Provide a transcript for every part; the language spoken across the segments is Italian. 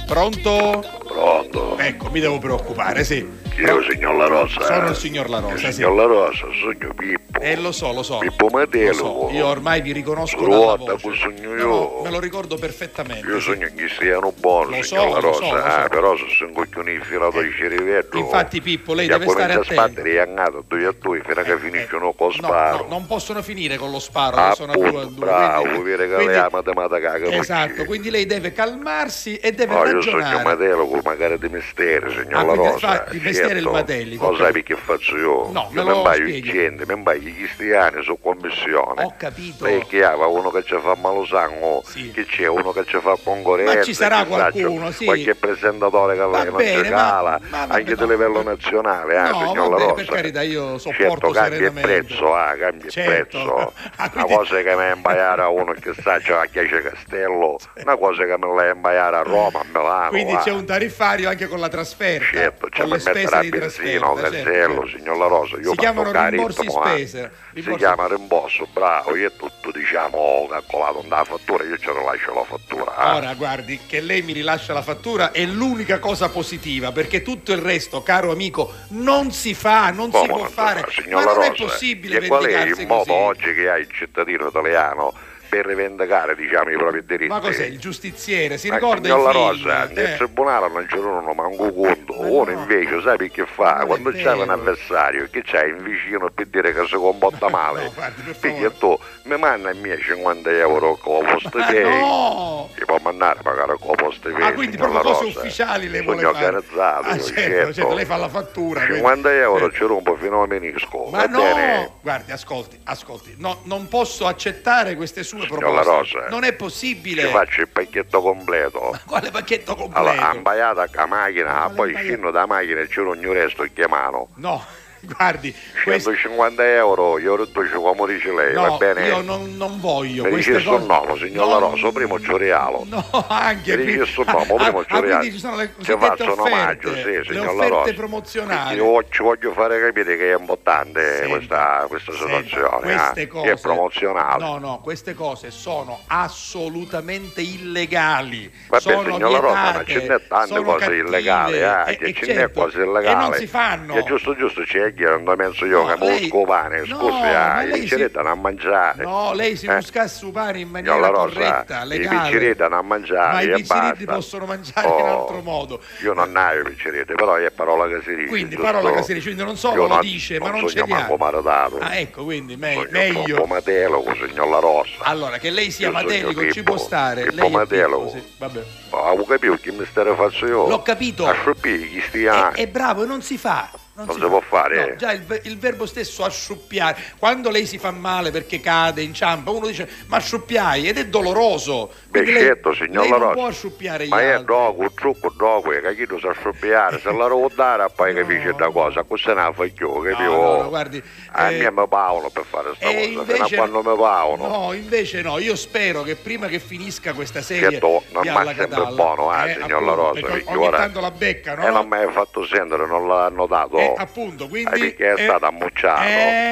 Pronto? Pronto? Ecco, mi devo preoccupare, sì. Io, signor La Rosa. Sono il signor La Rosa, sì. Signor La Rosa, sogno Pippo. Lo so. Pippo Matelo. Lo so. Io ormai vi riconosco dalla Ruota voce. con sogno io. No, me lo ricordo perfettamente. Io sì. sogno che siano buono, Lo signor so, La lo Rosa. so, lo so. Però se sono coglioni infilato di cerivello. Infatti, Pippo, lei deve stare attento. sbattere e andato due a due fino a che finiscono con sparo. No, non possono finire con lo sparo, che sono a due a due. Bravo, quindi, vuoi vedere che la matematica che esatto, quindi lei deve calmarsi e deve io ragionare. sogno Matelo con magari di mestiere, signor La quindi Rosa. di mestiere il Matelico. Lo sai che faccio io? No, io me lo mi spieghi. gente, mi imbagli gli cristiani su commissione. Ho capito. Perché ha uno che ci fa malosango, Sì. che c'è uno che ci fa concorrenza. Ma ci sarà chissà, qualcuno, sì. Qualche presentatore che lei non bene, ci cala, ma anche no. di livello nazionale, No, signor La vabbè, Rosa. per carità, io sopporto certo, cambia il serenamente. prezzo, cambia il Certo. prezzo. Ah, Una quindi- cosa che mi imbaiare a uno che sa c'è a Chiesa Castello, una cosa che me la imbaiare a Roma, a Milano. Quindi c'è un tariffario anche con la trasferta, Certo, c'è con le per mettere spese a di benzina, trasferta. castello, signor La Rosa. Io Si chiamano parlo rimborsi caritmo, spese. Si chiama rimborso, bravo, io è tutto diciamo calcolato nella fattura, io ce la lascio la fattura. Ora guardi che lei mi rilascia la fattura è l'unica cosa positiva, perché tutto il resto, caro amico, non si fa, non si può fare. Signor Ma La non è Rosa, possibile e qual è vendicarsi il modo così. oggi che ha il cittadino italiano per rivendicare diciamo i propri diritti? Ma cos'è il giustiziere? Si Ma ricorda signor La il film? Rosa, nel tribunale non c'è uno manco conto, Ma uno no. invece sai che fa? Non è Quando c'è un vero. avversario che c'è in vicino per dire che si comporta male, No, guardi, per perché favore. tu mi manda i miei 50 euro con lo posto Ma che no! ti può mandare magari con lo posto che Quindi signor proprio La cose Rosa. ufficiali le vuole Sono fare. organizzato, Ah, certo, lei fa la fattura. 50 euro quindi- ci rompo fino a menisco, Ma va no! bene? Guardi, ascolti, no, non posso accettare queste sue Signor proposte. La Rosa, Non è Ci possibile. faccio il pacchetto completo. Quale pacchetto completo? Allora, ambaiata a macchina, Quale poi imbaiata? scendo da macchina e c'è ogni resto e chiamano. No, guardi, questo... 150 euro, io riduco come dice lei, va No, bene? io non voglio Mi queste dice cose. sul nome, signor La Rosa, prima ci regalo. No, anche Mi dice sul nome, prima ci regalo. quindi ci sono le Ti cosiddette faccio un omaggio, offerte, sì, le signor La offerte Rosa. promozionali. Io ci voglio fare capire che è importante Senta, questa senta, situazione, queste cose, che è promozionale. No, queste cose sono assolutamente illegali. Vabbè, sono signor La Rosa, ma vietate, ce n'è tante sono cose cattive, illegali, che ce n'è certo, cose illegali. E non si fanno. Che giusto c'è chi non penso io No, che lei- musco pane, no, scusi, ma lei i picceri danno a mangiare. No, lei si muscasse su pane in Signor maniera La Rosa, corretta, i legale. picceri danno a mangiare Ma i e picciriti basta. possono mangiare in altro modo. Io non ne ho i picciriti, però è parola che si dice. Quindi giusto? parola che si dice, quindi non solo Io lo dice, ma non ce sogno li ha. manco maritato. Ah, ecco, quindi Sogno meglio. Pippo Matelo, signor La Rosa. Allora, che lei sia Io sogno Matelico ci Pippo, può stare. Pippo Lei è Matelo. Pippo, sì, vabbè. Ma avevo capito che mistero faccio io? L'ho capito. A sciupire gli stiani. È bravo e non si fa. Non si può fare. No, già il verbo stesso asciuppiare. Quando lei si fa male perché cade, inciampa, uno dice ma asciuppiai ed è doloroso. Beh, Quindi certo, signor lei La non Rosa. può asciuppiare gli Ma è altri. dopo, un trucco dopo, che chi lo sa sciuppiare, se la devo dare poi capisce da cosa, così ne fa io, capivo? No, guardi, a me mi pagano per fare sta cosa, fino a quando mi pagano. No, invece no, io spero che prima che finisca questa serie Certo, non di mi Alla è sempre Catalla, buono, signor La Rosa, perché perché ogni ora- tanto la becca, no? E non mi hai fatto sentire, non l'hanno dato. Appunto, quindi Perché è stato ammucciato.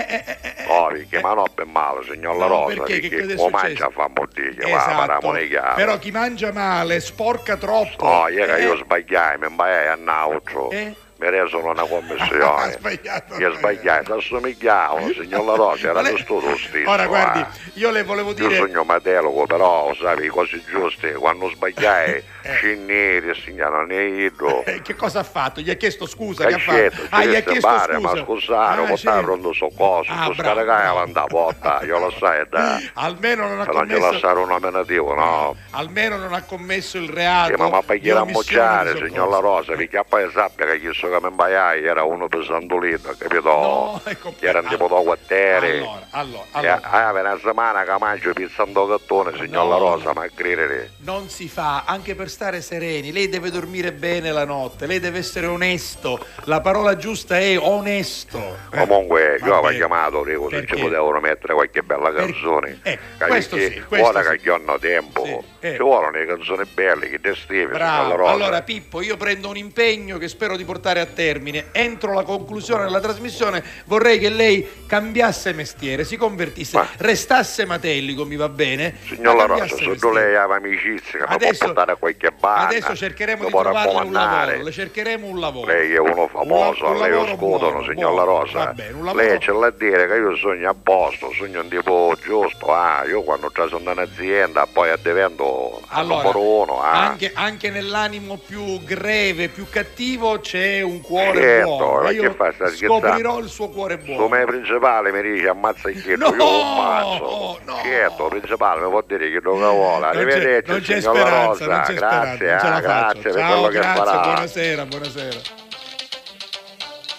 Perché ma no per male, signor La No, Rosa, perché? Che cosa è o mangia successo? fa mordiglia, va, Esatto. paramone chiaro. Però chi mangia male sporca troppo. No, io sbagliai, mi sbagliai a nautro. Mi resero una Ha commissione. sbagliato. Io sbagliai, da somigliavano, signor La Rosa, era giusto lo stesso. Ora guardi, io le volevo Io dire sogno matelo, però, sai, le cose giuste, quando sbagliai, scinneri, signora, ne idro. che cosa ha fatto? Gli ha chiesto scusa, che ha Caccetto, fatto? Gli ha chiesto bare, scusa. ma scusate, portare certo. pronto soccorso, Ah, tu bravo, scaricai bravo. la porta, io lo sai, dai. Almeno non ha Se non ci commesso lasciare un nominativo, no. almeno non ha commesso il reato. Ma per chi era di omissione ammucciare, di signor La soccorso. Rosa, perché poi sappia che chi so che mi imbaiai era uno pesantolino, capito? No, ecco, Che era un tipo da quartiere. allora. Per una settimana che mangio pizzando gattone, signor No, La Rosa, no. ma credere. Non si fa, anche per stare sereni. Lei deve dormire bene la notte, lei deve essere onesto. La parola giusta è onesto. Comunque, io avevo vabbè. chiamato, dico, se Perché? ci potevano mettere qualche bella canzone. questo Perché sì, questo ora sì. che io hanno tempo, Sì, ci vogliono le canzoni belle, che te scrivi, signor La Bravo. Rosa. Allora Pippo, io prendo un impegno che spero di portare andare a termine. Entro la conclusione della trasmissione vorrei che lei cambiasse mestiere, si convertisse, restasse Matellico, mi va bene. Signor La Rosa, se tu lei ha amicizia che mi può portare a qualche bar, adesso cercheremo di trovarle un lavoro, le cercheremo un lavoro. Lei è uno famoso, lei lo scudono, signor La Rosa. Va bene, un lavoro. Lei c'è da dire che io sogno a posto, sogno un tipo giusto, io quando già sono in azienda poi divento numero uno. Anche nell'animo più greve, più cattivo c'è un cuore certo, buono. Io scoprirò il suo cuore buono. Come principale mi dice ammazza il chiedo, io lo ammazzo. Certo, il principale mi può dire che lo vuole. Arrivederci, non c'è signor La Rosa. speranza, Grazie per quello che ha sparato. Buonasera.